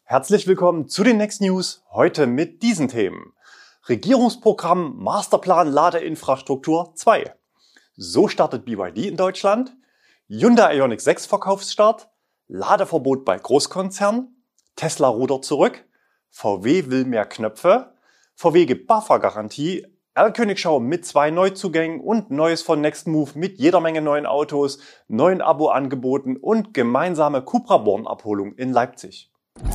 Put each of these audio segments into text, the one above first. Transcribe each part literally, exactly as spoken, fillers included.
Herzlich willkommen zu den Next News, heute mit diesen Themen. Regierungsprogramm Masterplan Ladeinfrastruktur zwei. So startet B Y D in Deutschland. Hyundai Ioniq sechs Verkaufsstart. Ladeverbot bei Großkonzernen. Tesla rudert zurück. V W will mehr Knöpfe. V W gibt BAFA-Garantie. Erlkönigschau mit zwei Neuzugängen und Neues von Nextmove mit jeder Menge neuen Autos, neuen Abo-Angeboten und gemeinsame Cupra-Born-Abholung in Leipzig.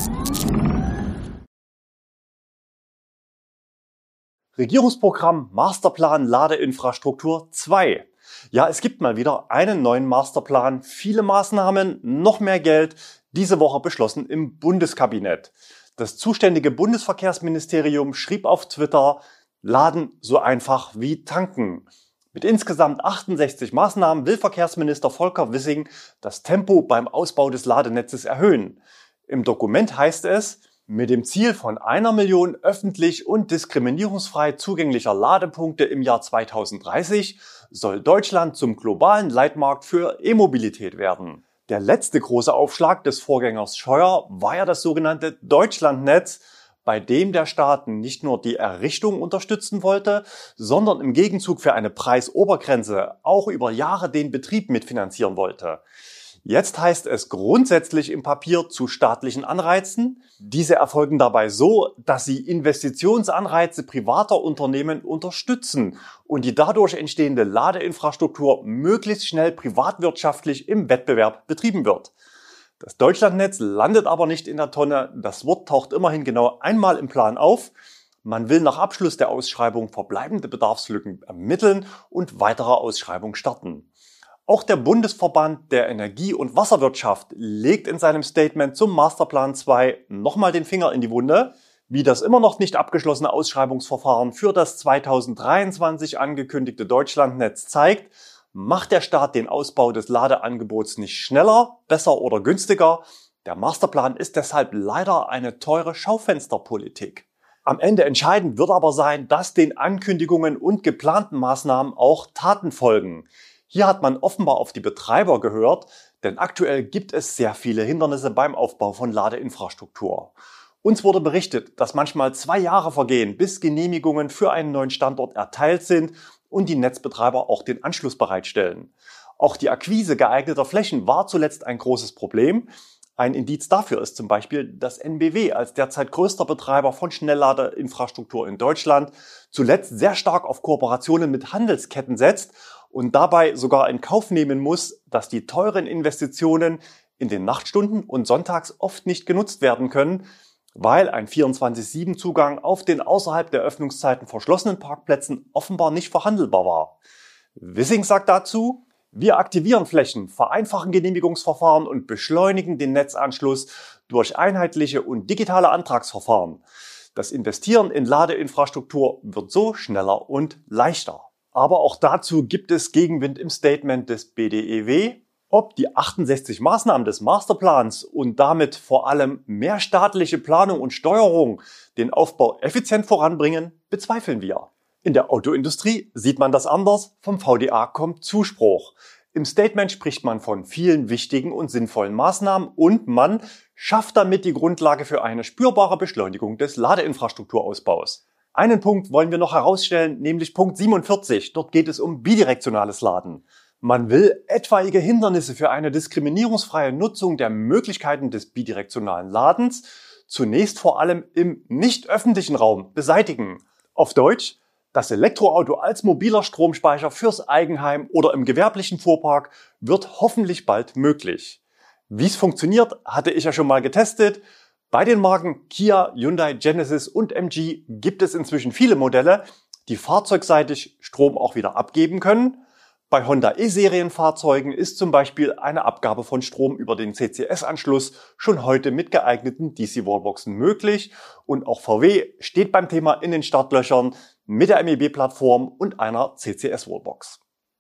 Regierungsprogramm Masterplan Ladeinfrastruktur zwei. Ja, es gibt mal wieder einen neuen Masterplan, viele Maßnahmen, noch mehr Geld, diese Woche beschlossen im Bundeskabinett. Das zuständige Bundesverkehrsministerium schrieb auf Twitter: Laden so einfach wie tanken. Mit insgesamt achtundsechzig Maßnahmen will Verkehrsminister Volker Wissing das Tempo beim Ausbau des Ladenetzes erhöhen. Im Dokument heißt es: Mit dem Ziel von einer Million öffentlich und diskriminierungsfrei zugänglicher Ladepunkte im Jahr zweitausenddreißig soll Deutschland zum globalen Leitmarkt für E-Mobilität werden. Der letzte große Aufschlag des Vorgängers Scheuer war ja das sogenannte Deutschlandnetz, bei dem der Staat nicht nur die Errichtung unterstützen wollte, sondern im Gegenzug für eine Preisobergrenze auch über Jahre den Betrieb mitfinanzieren wollte. Jetzt heißt es grundsätzlich im Papier zu staatlichen Anreizen. Diese erfolgen dabei so, dass sie Investitionsanreize privater Unternehmen unterstützen und die dadurch entstehende Ladeinfrastruktur möglichst schnell privatwirtschaftlich im Wettbewerb betrieben wird. Das Deutschlandnetz landet aber nicht in der Tonne. Das Wort taucht immerhin genau einmal im Plan auf. Man will nach Abschluss der Ausschreibung verbleibende Bedarfslücken ermitteln und weitere Ausschreibungen starten. Auch der Bundesverband der Energie- und Wasserwirtschaft legt in seinem Statement zum Masterplan zwei nochmal den Finger in die Wunde. Wie das immer noch nicht abgeschlossene Ausschreibungsverfahren für das zweitausenddreiundzwanzig angekündigte Deutschlandnetz zeigt, macht der Staat den Ausbau des Ladeangebots nicht schneller, besser oder günstiger. Der Masterplan ist deshalb leider eine teure Schaufensterpolitik. Am Ende entscheidend wird aber sein, dass den Ankündigungen und geplanten Maßnahmen auch Taten folgen. Hier hat man offenbar auf die Betreiber gehört, denn aktuell gibt es sehr viele Hindernisse beim Aufbau von Ladeinfrastruktur. Uns wurde berichtet, dass manchmal zwei Jahre vergehen, bis Genehmigungen für einen neuen Standort erteilt sind und die Netzbetreiber auch den Anschluss bereitstellen. Auch die Akquise geeigneter Flächen war zuletzt ein großes Problem. Ein Indiz dafür ist zum Beispiel, dass N B W als derzeit größter Betreiber von Schnellladeinfrastruktur in Deutschland zuletzt sehr stark auf Kooperationen mit Handelsketten setzt und dabei sogar in Kauf nehmen muss, dass die teuren Investitionen in den Nachtstunden und sonntags oft nicht genutzt werden können, weil ein vierundzwanzig sieben Zugang auf den außerhalb der Öffnungszeiten verschlossenen Parkplätzen offenbar nicht verhandelbar war. Wissing sagt dazu: Wir aktivieren Flächen, vereinfachen Genehmigungsverfahren und beschleunigen den Netzanschluss durch einheitliche und digitale Antragsverfahren. Das Investieren in Ladeinfrastruktur wird so schneller und leichter. Aber auch dazu gibt es Gegenwind im Statement des B D E W. Ob die achtundsechzig Maßnahmen des Masterplans und damit vor allem mehr staatliche Planung und Steuerung den Aufbau effizient voranbringen, bezweifeln wir. In der Autoindustrie sieht man das anders. Vom V D A kommt Zuspruch. Im Statement spricht man von vielen wichtigen und sinnvollen Maßnahmen und man schafft damit die Grundlage für eine spürbare Beschleunigung des Ladeinfrastrukturausbaus. Einen Punkt wollen wir noch herausstellen, nämlich Punkt siebenundvierzig. Dort geht es um bidirektionales Laden. Man will etwaige Hindernisse für eine diskriminierungsfreie Nutzung der Möglichkeiten des bidirektionalen Ladens zunächst vor allem im nicht öffentlichen Raum beseitigen. Auf Deutsch: Das Elektroauto als mobiler Stromspeicher fürs Eigenheim oder im gewerblichen Fuhrpark wird hoffentlich bald möglich. Wie es funktioniert, hatte ich ja schon mal getestet. Bei den Marken Kia, Hyundai, Genesis und M G gibt es inzwischen viele Modelle, die fahrzeugseitig Strom auch wieder abgeben können. Bei Honda E-Serienfahrzeugen ist zum Beispiel eine Abgabe von Strom über den C C S-Anschluss schon heute mit geeigneten D C-Wallboxen möglich und auch V W steht beim Thema in den Startlöchern mit der M E B-Plattform und einer C C S-Wallbox.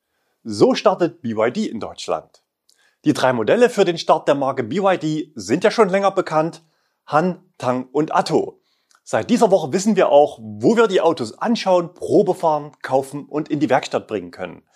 So startet B Y D in Deutschland. Die drei Modelle für den Start der Marke B Y D sind ja schon länger bekannt: Han, Tang und Atto. Seit dieser Woche wissen wir auch, wo wir die Autos anschauen, Probefahren, kaufen und in die Werkstatt bringen können.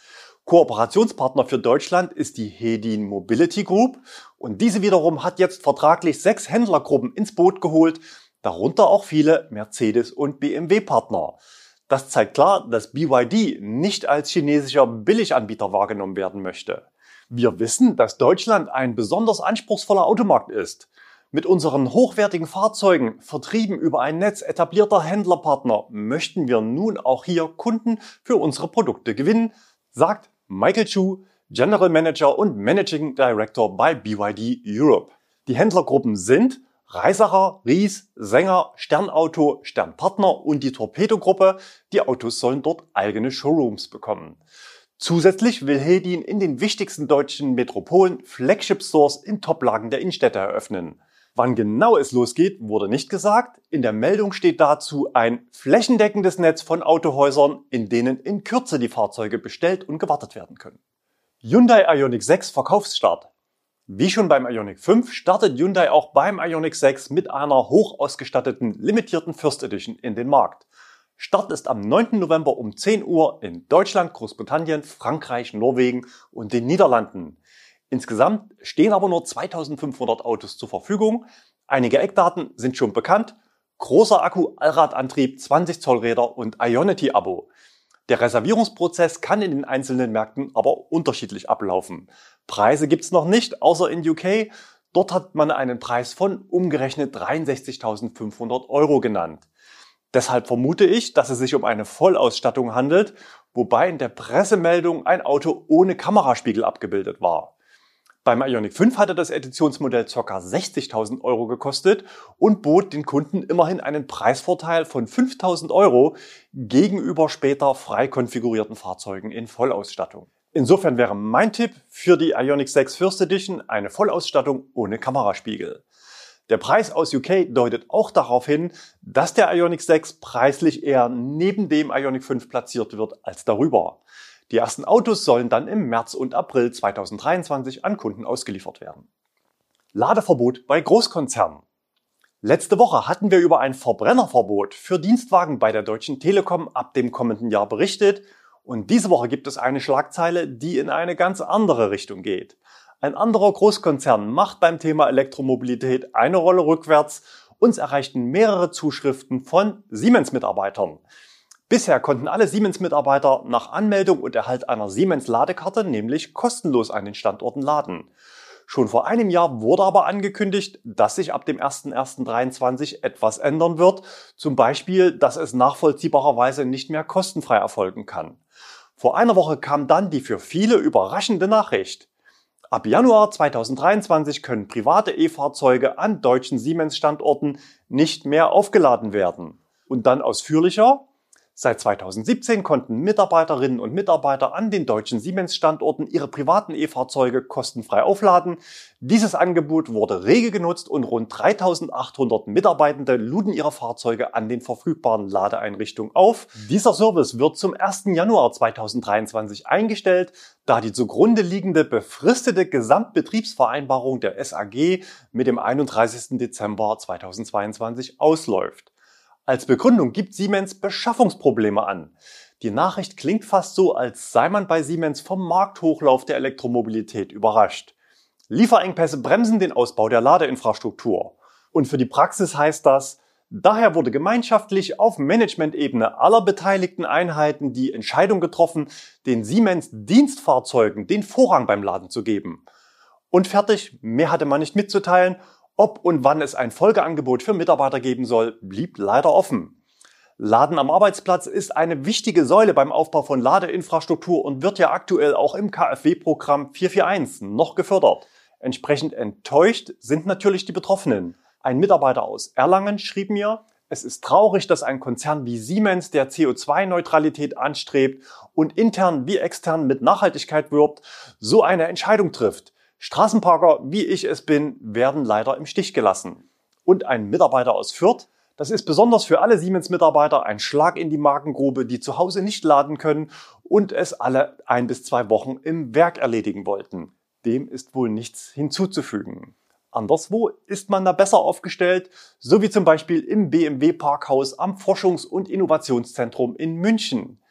Kooperationspartner für Deutschland ist die Hedin Mobility Group und diese wiederum hat jetzt vertraglich sechs Händlergruppen ins Boot geholt, darunter auch viele Mercedes- und B M W-Partner. Das zeigt klar, dass B Y D nicht als chinesischer Billiganbieter wahrgenommen werden möchte. Wir wissen, dass Deutschland ein besonders anspruchsvoller Automarkt ist. Mit unseren hochwertigen Fahrzeugen, vertrieben über ein Netz etablierter Händlerpartner, möchten wir nun auch hier Kunden für unsere Produkte gewinnen, sagt Michael Chu, General Manager und Managing Director bei B Y D Europe. Die Händlergruppen sind Reisacher, Ries, Sänger, Sternauto, Sternpartner und die Torpedo-Gruppe. Die Autos sollen dort eigene Showrooms bekommen. Zusätzlich will Hedin in den wichtigsten deutschen Metropolen Flagship-Stores in Toplagen der Innenstädte eröffnen. Wann genau es losgeht, wurde nicht gesagt. In der Meldung steht dazu ein flächendeckendes Netz von Autohäusern, in denen in Kürze die Fahrzeuge bestellt und gewartet werden können. Hyundai Ioniq sechs Verkaufsstart. Wie schon beim Ioniq fünf startet Hyundai auch beim Ioniq sechs mit einer hoch ausgestatteten limitierten First Edition in den Markt. Start ist am neunten November um zehn Uhr in Deutschland, Großbritannien, Frankreich, Norwegen und den Niederlanden. Insgesamt stehen aber nur zweitausendfünfhundert Autos zur Verfügung. Einige Eckdaten sind schon bekannt. Großer Akku, Allradantrieb, zwanzig Zoll Räder und Ionity-Abo. Der Reservierungsprozess kann in den einzelnen Märkten aber unterschiedlich ablaufen. Preise gibt's noch nicht, außer in U K. Dort hat man einen Preis von umgerechnet dreiundsechzigtausendfünfhundert Euro genannt. Deshalb vermute ich, dass es sich um eine Vollausstattung handelt, wobei in der Pressemeldung ein Auto ohne Kameraspiegel abgebildet war. Beim Ioniq fünf hatte das Editionsmodell ca. sechzigtausend Euro gekostet und bot den Kunden immerhin einen Preisvorteil von fünftausend Euro gegenüber später frei konfigurierten Fahrzeugen in Vollausstattung. Insofern wäre mein Tipp für die Ioniq sechs First Edition eine Vollausstattung ohne Kameraspiegel. Der Preis aus U K deutet auch darauf hin, dass der Ioniq sechs preislich eher neben dem Ioniq fünf platziert wird als darüber. Die ersten Autos sollen dann im März und April zweitausenddreiundzwanzig an Kunden ausgeliefert werden. Ladeverbot bei Großkonzernen. Letzte Woche hatten wir über ein Verbrennerverbot für Dienstwagen bei der Deutschen Telekom ab dem kommenden Jahr berichtet und diese Woche gibt es eine Schlagzeile, die in eine ganz andere Richtung geht. Ein anderer Großkonzern macht beim Thema Elektromobilität eine Rolle rückwärts. Uns erreichten mehrere Zuschriften von Siemens-Mitarbeitern. Bisher konnten alle Siemens-Mitarbeiter nach Anmeldung und Erhalt einer Siemens-Ladekarte nämlich kostenlos an den Standorten laden. Schon vor einem Jahr wurde aber angekündigt, dass sich ab dem ersten ersten dreiundzwanzig etwas ändern wird. Zum Beispiel, dass es nachvollziehbarerweise nicht mehr kostenfrei erfolgen kann. Vor einer Woche kam dann die für viele überraschende Nachricht. Ab Januar zweitausenddreiundzwanzig können private E-Fahrzeuge an deutschen Siemens-Standorten nicht mehr aufgeladen werden. Und dann ausführlicher. Seit zweitausendsiebzehn konnten Mitarbeiterinnen und Mitarbeiter an den deutschen Siemens-Standorten ihre privaten E-Fahrzeuge kostenfrei aufladen. Dieses Angebot wurde rege genutzt und rund dreitausendachthundert Mitarbeitende luden ihre Fahrzeuge an den verfügbaren Ladeeinrichtungen auf. Dieser Service wird zum ersten Januar zweitausenddreiundzwanzig eingestellt, da die zugrunde liegende befristete Gesamtbetriebsvereinbarung der S A G mit dem einunddreißigsten Dezember zweitausendzweiundzwanzig ausläuft. Als Begründung gibt Siemens Beschaffungsprobleme an. Die Nachricht klingt fast so, als sei man bei Siemens vom Markthochlauf der Elektromobilität überrascht. Lieferengpässe bremsen den Ausbau der Ladeinfrastruktur. Und für die Praxis heißt das, daher wurde gemeinschaftlich auf Managementebene aller beteiligten Einheiten die Entscheidung getroffen, den Siemens-Dienstfahrzeugen den Vorrang beim Laden zu geben. Und fertig, mehr hatte man nicht mitzuteilen. Ob und wann es ein Folgeangebot für Mitarbeiter geben soll, blieb leider offen. Laden am Arbeitsplatz ist eine wichtige Säule beim Aufbau von Ladeinfrastruktur und wird ja aktuell auch im K f W-Programm vier vier eins noch gefördert. Entsprechend enttäuscht sind natürlich die Betroffenen. Ein Mitarbeiter aus Erlangen schrieb mir, es ist traurig, dass ein Konzern wie Siemens, der C O zwei Neutralität anstrebt und intern wie extern mit Nachhaltigkeit wirbt, so eine Entscheidung trifft. Straßenparker, wie ich es bin, werden leider im Stich gelassen. Und ein Mitarbeiter aus Fürth, das ist besonders für alle Siemens-Mitarbeiter ein Schlag in die Magengrube, die zu Hause nicht laden können und es alle ein bis zwei Wochen im Werk erledigen wollten. Dem ist wohl nichts hinzuzufügen. Anderswo ist man da besser aufgestellt, so wie zum Beispiel im B M W-Parkhaus am Forschungs- und Innovationszentrum in München.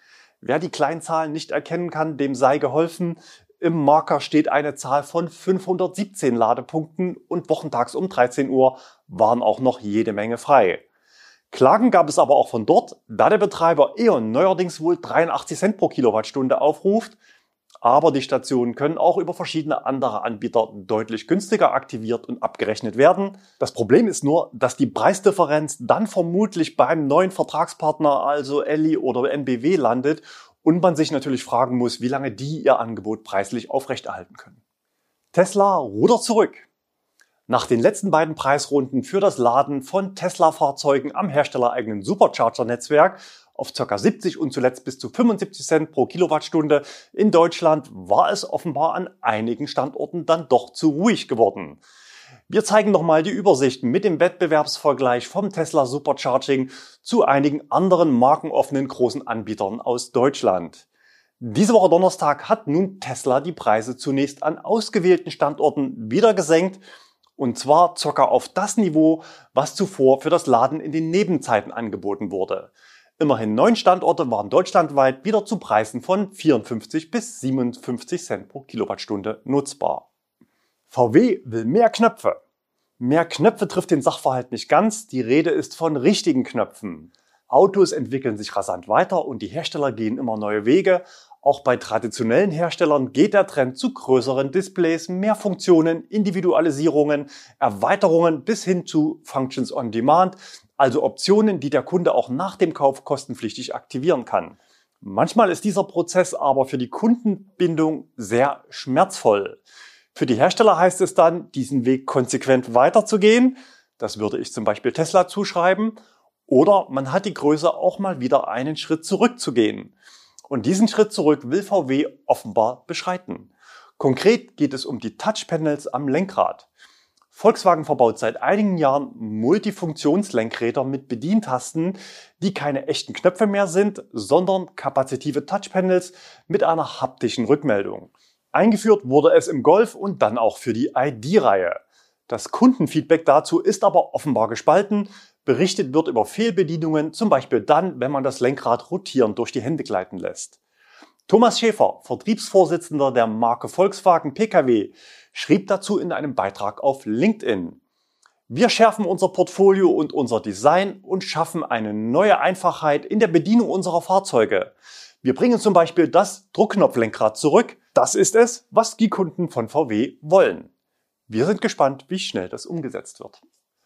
Wer die Kleinzahlen nicht erkennen kann, dem sei geholfen. Im Marker steht eine Zahl von fünfhundertsiebzehn Ladepunkten und wochentags um dreizehn Uhr waren auch noch jede Menge frei. Klagen gab es aber auch von dort, da der Betreiber E.ON neuerdings wohl dreiundachtzig Cent pro Kilowattstunde aufruft. Aber die Stationen können auch über verschiedene andere Anbieter deutlich günstiger aktiviert und abgerechnet werden. Das Problem ist nur, dass die Preisdifferenz dann vermutlich beim neuen Vertragspartner, also Elli oder N B W, landet und man sich natürlich fragen muss, wie lange die ihr Angebot preislich aufrechterhalten können. Tesla rudert zurück. Nach den letzten beiden Preisrunden für das Laden von Tesla-Fahrzeugen am herstellereigenen Supercharger-Netzwerk auf ca. siebzig und zuletzt bis zu fünfundsiebzig Cent pro Kilowattstunde in Deutschland war es offenbar an einigen Standorten dann doch zu ruhig geworden. Wir zeigen nochmal die Übersicht mit dem Wettbewerbsvergleich vom Tesla Supercharging zu einigen anderen markenoffenen großen Anbietern aus Deutschland. Diese Woche Donnerstag hat nun Tesla die Preise zunächst an ausgewählten Standorten wieder gesenkt. Und zwar circa auf das Niveau, was zuvor für das Laden in den Nebenzeiten angeboten wurde. Immerhin neun Standorte waren deutschlandweit wieder zu Preisen von vierundfünfzig bis siebenundfünfzig Cent pro Kilowattstunde nutzbar. V W will mehr Knöpfe. Mehr Knöpfe trifft den Sachverhalt nicht ganz, die Rede ist von richtigen Knöpfen. Autos entwickeln sich rasant weiter und die Hersteller gehen immer neue Wege. Auch bei traditionellen Herstellern geht der Trend zu größeren Displays, mehr Funktionen, Individualisierungen, Erweiterungen bis hin zu Functions on Demand, also Optionen, die der Kunde auch nach dem Kauf kostenpflichtig aktivieren kann. Manchmal ist dieser Prozess aber für die Kundenbindung sehr schmerzvoll. Für die Hersteller heißt es dann, diesen Weg konsequent weiterzugehen. Das würde ich zum Beispiel Tesla zuschreiben. Oder man hat die Größe, auch mal wieder einen Schritt zurückzugehen. Und diesen Schritt zurück will V W offenbar beschreiten. Konkret geht es um die Touchpanels am Lenkrad. Volkswagen verbaut seit einigen Jahren Multifunktionslenkräder mit Bedientasten, die keine echten Knöpfe mehr sind, sondern kapazitive Touchpanels mit einer haptischen Rückmeldung. Eingeführt wurde es im Golf und dann auch für die I D-Reihe. Das Kundenfeedback dazu ist aber offenbar gespalten. Berichtet wird über Fehlbedienungen, zum Beispiel dann, wenn man das Lenkrad rotierend durch die Hände gleiten lässt. Thomas Schäfer, Vertriebsvorsitzender der Marke Volkswagen P K W, schrieb dazu in einem Beitrag auf LinkedIn: Wir schärfen unser Portfolio und unser Design und schaffen eine neue Einfachheit in der Bedienung unserer Fahrzeuge. Wir bringen zum Beispiel das Druckknopflenkrad zurück. Das ist es, was die Kunden von V W wollen. Wir sind gespannt, wie schnell das umgesetzt wird.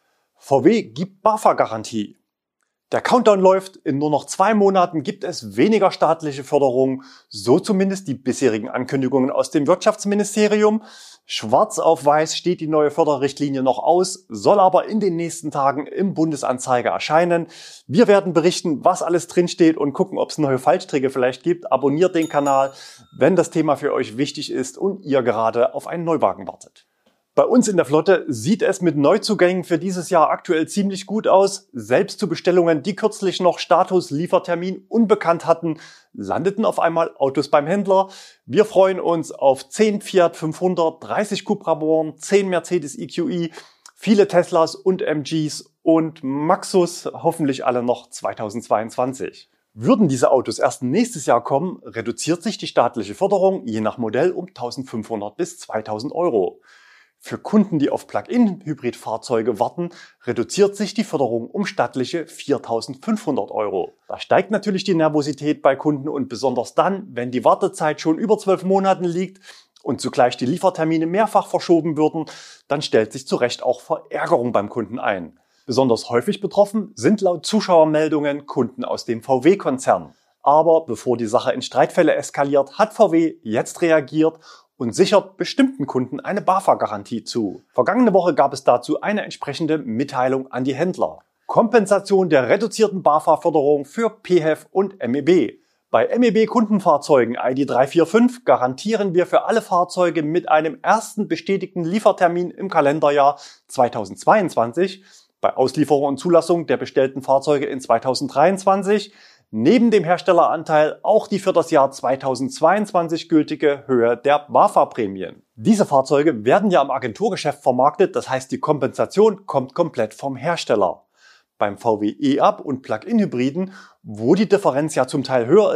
V W gibt BAFA-Garantie. Der Countdown läuft, in nur noch zwei Monaten gibt es weniger staatliche Förderung, so zumindest die bisherigen Ankündigungen aus dem Wirtschaftsministerium. Schwarz auf weiß steht die neue Förderrichtlinie noch aus, soll aber in den nächsten Tagen im Bundesanzeiger erscheinen. Wir werden berichten, was alles drinsteht und gucken, ob es neue Fallstricke vielleicht gibt. Abonniert den Kanal, wenn das Thema für euch wichtig ist und ihr gerade auf einen Neuwagen wartet. Bei uns in der Flotte sieht es mit Neuzugängen für dieses Jahr aktuell ziemlich gut aus. Selbst zu Bestellungen, die kürzlich noch Status Liefertermin unbekannt hatten, landeten auf einmal Autos beim Händler. Wir freuen uns auf zehn Fiat fünfhundert, dreißig Cupra Born, zehn Mercedes E Q E, viele Teslas und M Gs und Maxus, hoffentlich alle noch zweitausendzweiundzwanzig. Würden diese Autos erst nächstes Jahr kommen, reduziert sich die staatliche Förderung je nach Modell um eintausendfünfhundert bis zweitausend Euro. Für Kunden, die auf Plug-in-Hybrid-Fahrzeuge warten, reduziert sich die Förderung um stattliche viertausendfünfhundert Euro. Da steigt natürlich die Nervosität bei Kunden und besonders dann, wenn die Wartezeit schon über zwölf Monaten liegt und zugleich die Liefertermine mehrfach verschoben würden, dann stellt sich zu Recht auch Verärgerung beim Kunden ein. Besonders häufig betroffen sind laut Zuschauermeldungen Kunden aus dem V W-Konzern. Aber bevor die Sache in Streitfälle eskaliert, hat V W jetzt reagiert und sichert bestimmten Kunden eine BAFA-Garantie zu. Vergangene Woche gab es dazu eine entsprechende Mitteilung an die Händler. Kompensation der reduzierten BAFA-Förderung für P H E V und M E B. Bei M E B-Kundenfahrzeugen I D drei vier fünf garantieren wir für alle Fahrzeuge mit einem ersten bestätigten Liefertermin im Kalenderjahr zweitausendzweiundzwanzig, bei Auslieferung und Zulassung der bestellten Fahrzeuge in zweitausenddreiundzwanzig, neben dem Herstelleranteil auch die für das Jahr zweitausendzweiundzwanzig gültige Höhe der BAFA-Prämien. Diese Fahrzeuge werden ja im Agenturgeschäft vermarktet, das heißt die Kompensation kommt komplett vom Hersteller. Beim V W E-Up und Plug-in-Hybriden, wo die Differenz ja zum Teil höher ist,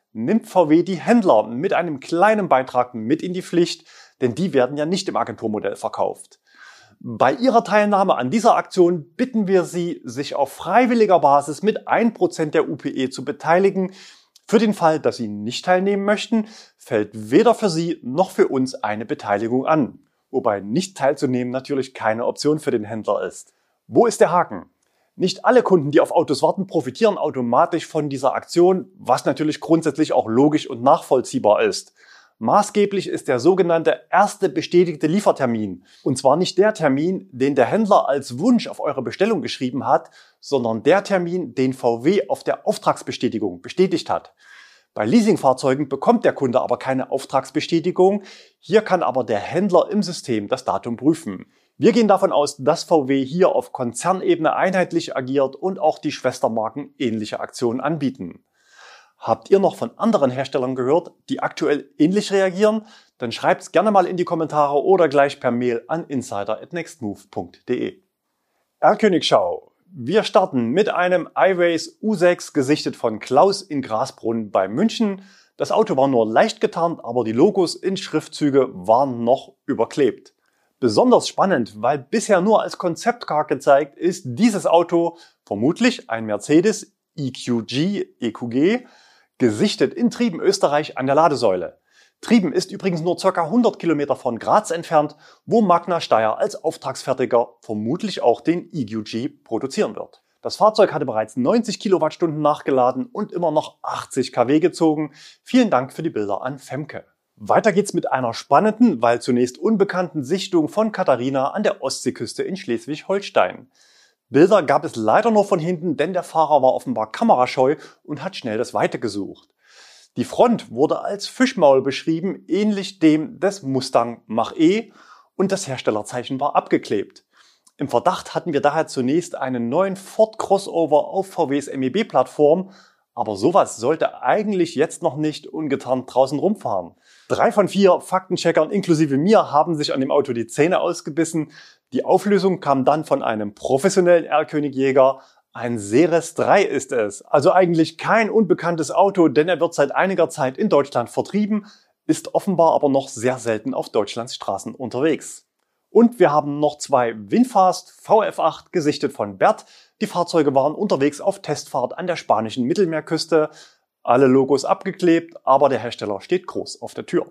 nimmt V W die Händler mit einem kleinen Beitrag mit in die Pflicht, denn die werden ja nicht im Agenturmodell verkauft. Bei Ihrer Teilnahme an dieser Aktion bitten wir Sie, sich auf freiwilliger Basis mit ein Prozent der U P E zu beteiligen. Für den Fall, dass Sie nicht teilnehmen möchten, fällt weder für Sie noch für uns eine Beteiligung an. Wobei nicht teilzunehmen natürlich keine Option für den Händler ist. Wo ist der Haken? Nicht alle Kunden, die auf Autos warten, profitieren automatisch von dieser Aktion, was natürlich grundsätzlich auch logisch und nachvollziehbar ist. Maßgeblich ist der sogenannte erste bestätigte Liefertermin. Und zwar nicht der Termin, den der Händler als Wunsch auf eure Bestellung geschrieben hat, sondern der Termin, den V W auf der Auftragsbestätigung bestätigt hat. Bei Leasingfahrzeugen bekommt der Kunde aber keine Auftragsbestätigung. Hier kann aber der Händler im System das Datum prüfen. Wir gehen davon aus, dass V W hier auf Konzernebene einheitlich agiert und auch die Schwestermarken ähnliche Aktionen anbieten. Habt ihr noch von anderen Herstellern gehört, die aktuell ähnlich reagieren? Dann schreibt's gerne mal in die Kommentare oder gleich per Mail an insider at nextmove punkt de. R-Königschau. Wir starten mit einem iRace U sechs, gesichtet von Klaus in Grasbrunn bei München. Das Auto war nur leicht getarnt, aber die Logos in Schriftzüge waren noch überklebt. Besonders spannend, weil bisher nur als Konzeptcar gezeigt ist dieses Auto, vermutlich ein Mercedes E Q G, E Q G, gesichtet in Trieben, Österreich an der Ladesäule. Trieben ist übrigens nur ca. hundert Kilometer von Graz entfernt, wo Magna Steyr als Auftragsfertiger vermutlich auch den E Q G produzieren wird. Das Fahrzeug hatte bereits neunzig Kilowattstunden nachgeladen und immer noch achtzig Kilowatt gezogen. Vielen Dank für die Bilder an Femke. Weiter geht's mit einer spannenden, weil zunächst unbekannten Sichtung von Katharina an der Ostseeküste in Schleswig-Holstein. Bilder gab es leider nur von hinten, denn der Fahrer war offenbar kamerascheu und hat schnell das Weite gesucht. Die Front wurde als Fischmaul beschrieben, ähnlich dem des Mustang Mach-E, und das Herstellerzeichen war abgeklebt. Im Verdacht hatten wir daher zunächst einen neuen Ford Crossover auf V Ws M E B-Plattform, aber sowas sollte eigentlich jetzt noch nicht ungetarnt draußen rumfahren. Drei von vier Faktencheckern inklusive mir haben sich an dem Auto die Zähne ausgebissen. Die Auflösung kam dann von einem professionellen R-König-Jäger. Ein Seres drei ist es. Also eigentlich kein unbekanntes Auto, denn er wird seit einiger Zeit in Deutschland vertrieben, ist offenbar aber noch sehr selten auf Deutschlands Straßen unterwegs. Und wir haben noch zwei Winfast V F acht gesichtet von Bert. Die Fahrzeuge waren unterwegs auf Testfahrt an der spanischen Mittelmeerküste. Alle Logos abgeklebt, aber der Hersteller steht groß auf der Tür.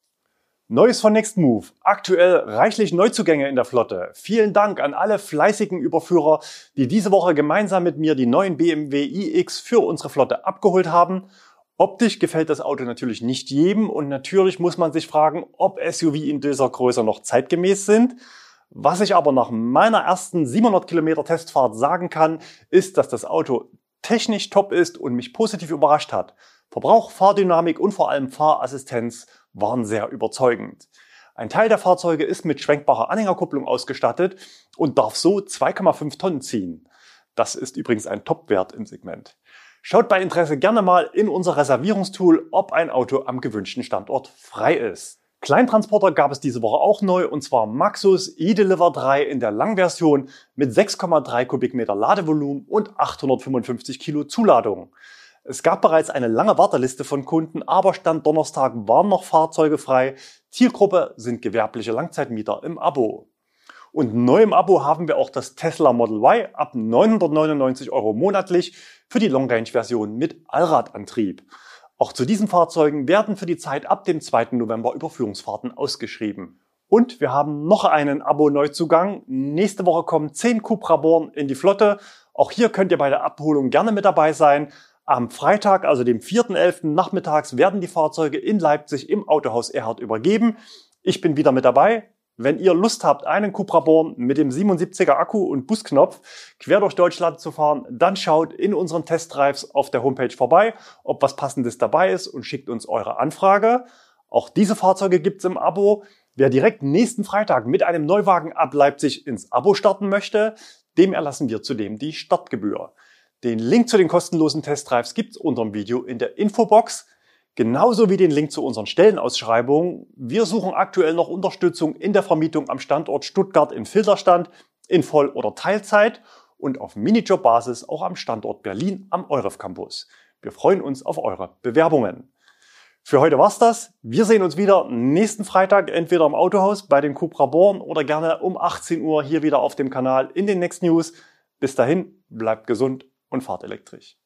Neues von Nextmove. Aktuell reichlich Neuzugänge in der Flotte. Vielen Dank an alle fleißigen Überführer, die diese Woche gemeinsam mit mir die neuen B M W iX für unsere Flotte abgeholt haben. Optisch gefällt das Auto natürlich nicht jedem und natürlich muss man sich fragen, ob S U V in dieser Größe noch zeitgemäß sind. Was ich aber nach meiner ersten siebenhundert Kilometer Testfahrt sagen kann, ist, dass das Auto technisch top ist und mich positiv überrascht hat. Verbrauch, Fahrdynamik und vor allem Fahrassistenz waren sehr überzeugend. Ein Teil der Fahrzeuge ist mit schwenkbarer Anhängerkupplung ausgestattet und darf so zwei Komma fünf Tonnen ziehen. Das ist übrigens ein Topwert im Segment. Schaut bei Interesse gerne mal in unser Reservierungstool, ob ein Auto am gewünschten Standort frei ist. Kleintransporter gab es diese Woche auch neu, und zwar Maxus eDeliver drei in der Langversion mit sechs Komma drei Kubikmeter Ladevolumen und achthundertfünfundfünfzig Kilo Zuladung. Es gab bereits eine lange Warteliste von Kunden, aber Stand Donnerstag waren noch Fahrzeuge frei. Zielgruppe sind gewerbliche Langzeitmieter im Abo. Und neu im Abo haben wir auch das Tesla Model Y ab neunhundertneunundneunzig Euro monatlich für die Long-Range-Version mit Allradantrieb. Auch zu diesen Fahrzeugen werden für die Zeit ab dem zweiten November Überführungsfahrten ausgeschrieben. Und wir haben noch einen Abo-Neuzugang. Nächste Woche kommen zehn Cupra Born in die Flotte. Auch hier könnt ihr bei der Abholung gerne mit dabei sein. Am Freitag, also dem vierten elften nachmittags, werden die Fahrzeuge in Leipzig im Autohaus Erhard übergeben. Ich bin wieder mit dabei. Wenn ihr Lust habt, einen Cupra Born mit dem siebenundsiebziger Akku und Busknopf quer durch Deutschland zu fahren, dann schaut in unseren Testdrives auf der Homepage vorbei, ob was Passendes dabei ist, und schickt uns eure Anfrage. Auch diese Fahrzeuge gibt's im Abo. Wer direkt nächsten Freitag mit einem Neuwagen ab Leipzig ins Abo starten möchte, dem erlassen wir zudem die Startgebühr. Den Link zu den kostenlosen Testdrives gibt's unter dem Video in der Infobox. Genauso wie den Link zu unseren Stellenausschreibungen. Wir suchen aktuell noch Unterstützung in der Vermietung am Standort Stuttgart im Filderstand, in Voll- oder Teilzeit und auf Minijob-Basis auch am Standort Berlin am Euref Campus. Wir freuen uns auf eure Bewerbungen. Für heute war's das. Wir sehen uns wieder nächsten Freitag entweder im Autohaus bei den Cupra Born oder gerne um achtzehn Uhr hier wieder auf dem Kanal in den Next News. Bis dahin, bleibt gesund und fahrt elektrisch.